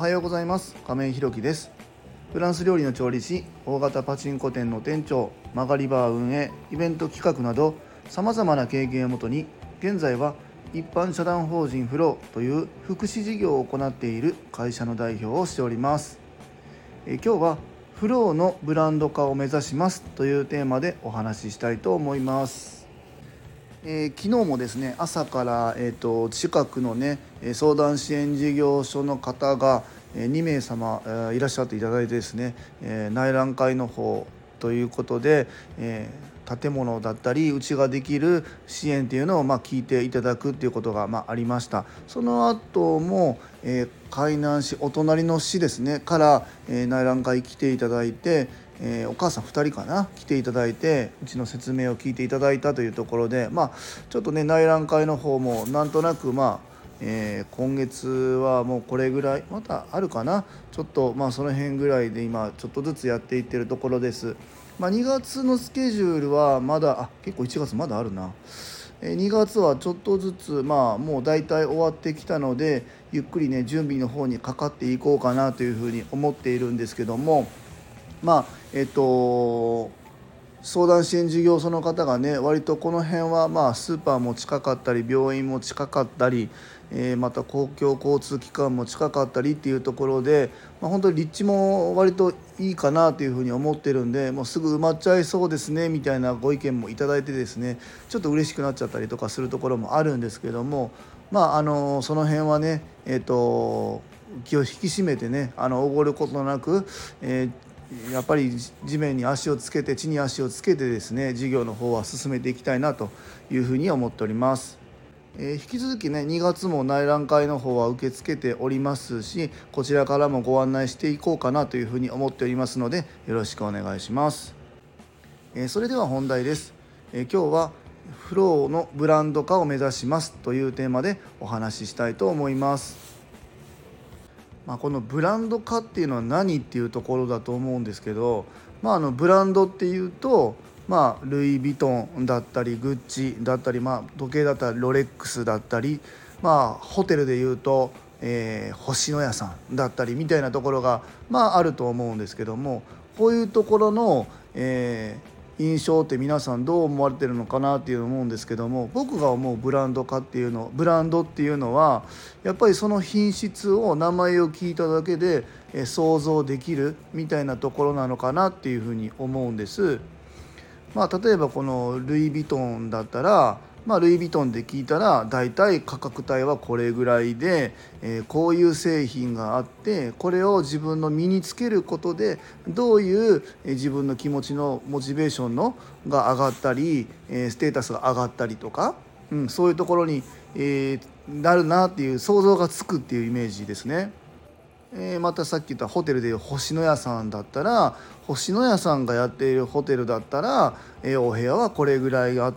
はようございます。亀井ひろきです。フランス料理の調理師、大型パチンコ店の店長、曲がりバー運営、イベント企画などさまざまな経験をもとに、現在は一般社団法人フローという福祉事業を行っている会社の代表をしております。今日はフローのブランド化を目指しますというテーマでお話ししたいと思います。昨日もですね、朝から、近くのね相談支援事業所の方が2名様いらっしゃっていただいてですね、内覧会の方ということで、建物だったりうちができる支援っていうのを聞いていただくっていうことがありました。その後も、海南市お隣の市ですねから、内覧会来ていただいて、お母さん2人かな来ていただいてうちの説明を聞いていただいたというところで、ちょっとね内覧会の方もなんとなく今月はもうこれぐらいまたあるかな、ちょっとその辺ぐらいで今ちょっとずつやっていってるところです。2月のスケジュールはまだ結構1月まだあるな。2月はちょっとずつもう大体終わってきたので、ゆっくりね準備の方にかかっていこうかなというふうに思っているんですけども、まあえっと相談支援事業所の方がね割とこの辺はスーパーも近かったり病院も近かったり、また公共交通機関も近かったりっていうところで、本当に立地も割といいかなというふうに思ってるんで、もうすぐ埋まっちゃいそうですねみたいなご意見もいただいてですね、ちょっと嬉しくなっちゃったりとかするところもあるんですけども、その辺はね気を引き締めてねおごることなく、やっぱり地面に足をつけて地に足をつけてですね事業の方は進めていきたいなというふうに思っております。引き続きね2月も内覧会の方は受け付けておりますし、こちらからもご案内していこうかなというふうに思っておりますのでよろしくお願いします。それでは本題です。今日はフローのブランド化を目指しますというテーマでお話ししたいと思います。このブランド化っていうのは何っていうところだと思うんですけど、ブランドっていうと、ルイ・ヴィトンだったりグッチだったり、時計だったらロレックスだったり、ホテルでいうと、星のやさんだったりみたいなところが、あると思うんですけども、こういうところの、印象って皆さんどう思われてるのかなっていう思うんですけども、僕が思うブランドっていうのはやっぱりその品質を名前を聞いただけで想像できるみたいなところなのかなっていうふうに思うんです。例えばこのルイ・ヴィトンだったら、ルイ・ヴィトンで聞いたらだいたい価格帯はこれぐらいで、こういう製品があって、これを自分の身につけることでどういう自分の気持ちのモチベーションのが上がったり、ステータスが上がったりとか、そういうところに、なるなっていう想像がつくっていうイメージですね。またさっき言ったホテルでいう星のやさんだったら、星のやさんがやっているホテルだったら、お部屋はこれぐらいあって、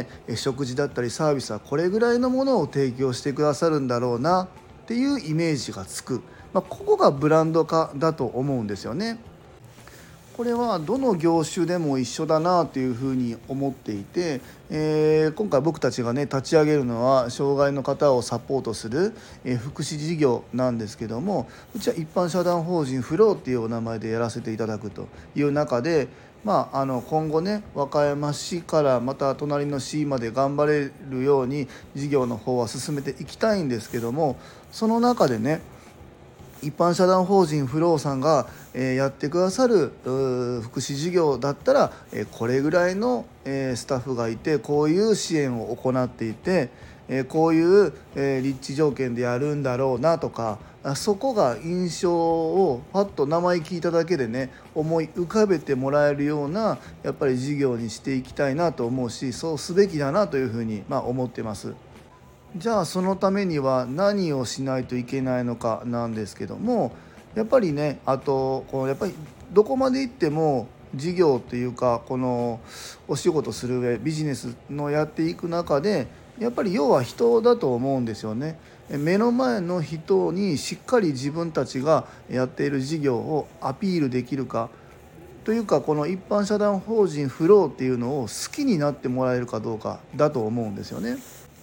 食事だったりサービスはこれぐらいのものを提供してくださるんだろうなっていうイメージがつく、ここがブランド化だと思うんですよね。これはどの業種でも一緒だなというふうに思っていて、今回僕たちがね立ち上げるのは障害の方をサポートする、福祉事業なんですけども、うちは一般社団法人フローっていうお名前でやらせていただくという中で、今後ね和歌山市からまた隣の市まで頑張れるように事業の方は進めていきたいんですけども、その中でね一般社団法人フローさんがやってくださる福祉事業だったらこれぐらいのスタッフがいて、こういう支援を行っていて、こういう立地条件でやるんだろうなとか、そこが印象をパッと名前聞いただけでね思い浮かべてもらえるようなやっぱり事業にしていきたいなと思うし、そうすべきだなというふうに思ってます。じゃあそのためには何をしないといけないのかなんですけども、やっぱりねやっぱりどこまで行っても事業というかこのお仕事する上ビジネスのやっていく中でやっぱり要は人だと思うんですよね。目の前の人にしっかり自分たちがやっている事業をアピールできるかというか、この一般社団法人フローっていうのを好きになってもらえるかどうかだと思うんですよね。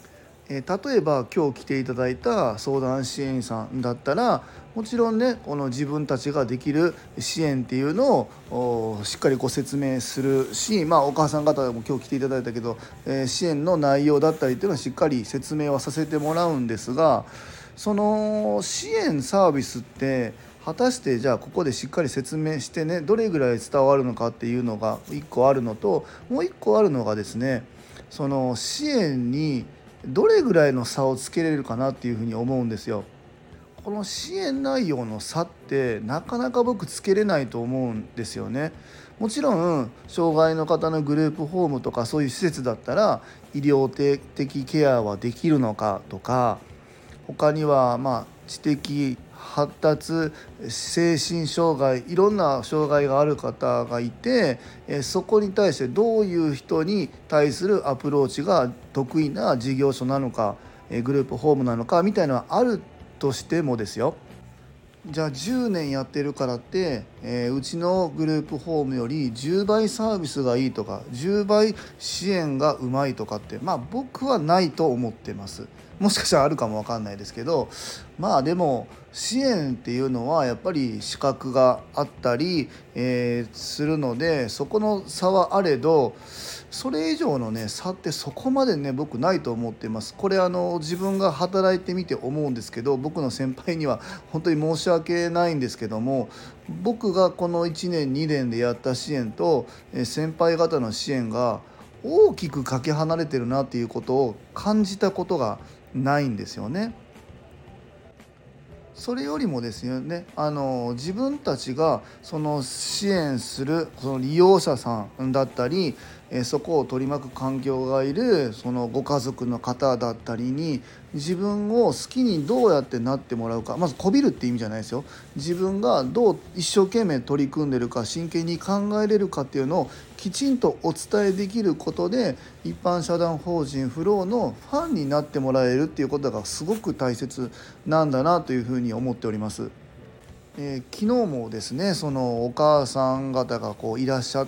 例えば今日来ていただいた相談支援員さんだったら、もちろんねこの自分たちができる支援っていうのをしっかりご説明するし、お母さん方も今日来ていただいたけど、支援の内容だったりっていうのはしっかり説明はさせてもらうんですが、その支援サービスって果たしてじゃあここでしっかり説明してね、どれぐらい伝わるのかっていうのが1個あるのと、もう1個あるのがですね、その支援にどれぐらいの差をつけれるかなっていうふうに思うんですよ。この支援内容の差ってなかなか僕つけれないと思うんですよね。もちろん障害の方のグループホームとかそういう施設だったら医療的ケアはできるのかとか、他には知的発達、精神障害、いろんな障害がある方がいて、そこに対してどういう人に対するアプローチが得意な事業所なのか、グループホームなのかみたいなのはあるとしてもですよ、じゃあ10年やってるからって、うちのグループホームより10倍サービスがいいとか10倍支援がうまいとかって、僕はないと思ってます。もしかしたらあるかも分かんないですけど、でも支援っていうのはやっぱり資格があったり、するので、そこの差はあれど、それ以上のね差ってそこまでね僕ないと思っています。これ自分が働いてみて思うんですけど、僕の先輩には本当に申し訳ないんですけども、僕がこの1年2年でやった支援と先輩方の支援が大きくかけ離れてるなっていうことを感じたことがないんですよね。それよりもですよね、自分たちがその支援するその利用者さんだったり、そこを取り巻く環境がいるそのご家族の方だったりに、自分を好きにどうやってなってもらうか、まずこびるって意味じゃないですよ。自分がどう一生懸命取り組んでるか、真剣に考えれるかっていうのをきちんとお伝えできることで、一般社団法人フローのファンになってもらえるっていうことがすごく大切なんだなというふうに思っております。昨日もですね、そのお母さん方がいらっしゃって、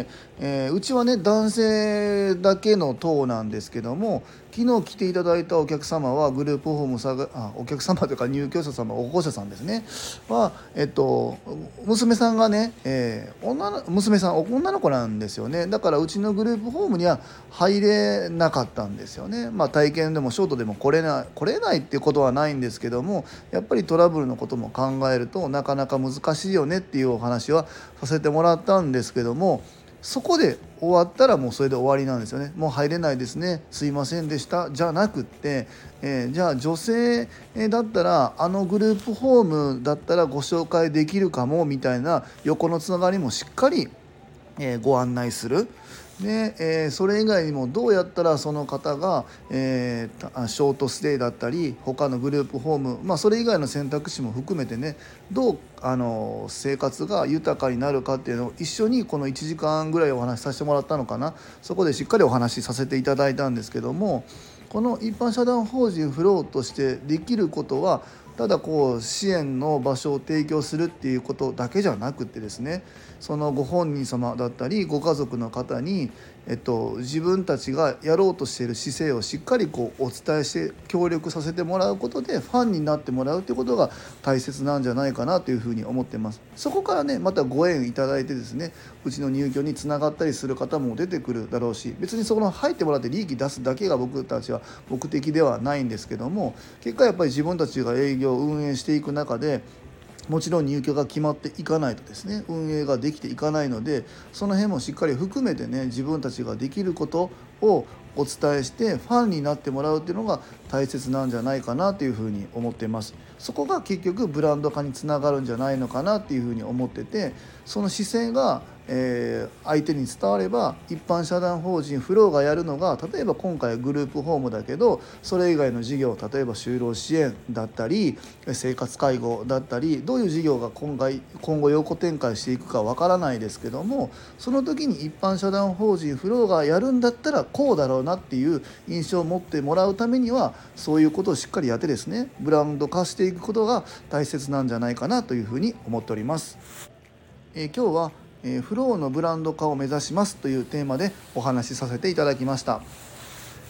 うちはね男性だけの棟なんですけども、昨日来ていただいたお客様はグループホームお客様というか入居者様、保護者さんですねは、娘さんがね、娘さん女の子なんですよね。だからうちのグループホームには入れなかったんですよね。体験でもショートでも来れないっていうことはないんですけども、やっぱりトラブルのことも考えるとなかなか難しいよねっていうお話はさせてもらったんですけども、そこで終わったらもうそれで終わりなんですよね。もう入れないですね、すいませんでしたじゃなくって、じゃあ女性だったらグループホームだったらご紹介できるかもみたいな横のつながりもしっかりご案内する。で、それ以外にもどうやったらその方が、ショートステイだったり他のグループホーム、それ以外の選択肢も含めてね、どう生活が豊かになるかっていうのを一緒にこの1時間ぐらいお話しさせてもらったのかな。そこでしっかりお話しさせていただいたんですけども、この一般社団法人フローとしてできることは、ただ支援の場所を提供するっていうことだけじゃなくてですね、そのご本人様だったりご家族の方に、自分たちがやろうとしている姿勢をしっかりお伝えして協力させてもらうことでファンになってもらうということが大切なんじゃないかなというふうに思ってます。そこからねまたご縁いただいてですね、うちの入居につながったりする方も出てくるだろうし、別にそこの入ってもらって利益出すだけが僕たちは目的ではないんですけども、結果やっぱり自分たちが営業運営していく中でもちろん入居が決まっていかないとですね、運営ができていかないので、その辺もしっかり含めてね、自分たちができることをお伝えしてファンになってもらうっていうのが大切なんじゃないかなというふうに思っています。そこが結局ブランド化につながるんじゃないのかなっていうふうに思ってて、その姿勢が相手に伝われば、一般社団法人フローがやるのが、例えば今回はグループホームだけどそれ以外の事業、例えば就労支援だったり生活介護だったり、どういう事業が今後横展開していくかわからないですけども、その時に一般社団法人フローがやるんだったらこうだろうなっていう印象を持ってもらうためには、そういうことをしっかりやってですね、ブランド化していくことが大切なんじゃないかなというふうに思っております。今日はフローのブランド化を目指しますというテーマでお話しさせていただきました。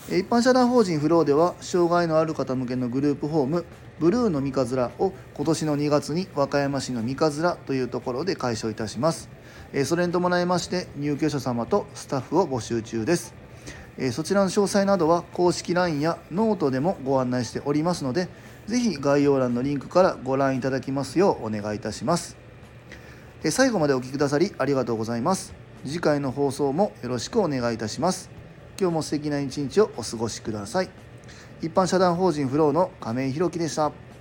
一般社団法人フローでは障害のある方向けのグループホームブルーの三日面を今年の2月に和歌山市の三日面というところで開所いたします。それに伴いまして入居者様とスタッフを募集中です。そちらの詳細などは公式 LINE やノートでもご案内しておりますので、ぜひ概要欄のリンクからご覧いただきますようお願いいたします。最後までお聞きくださりありがとうございます。次回の放送もよろしくお願いいたします。今日も素敵な一日をお過ごしください。一般社団法人フローの亀井宏樹でした。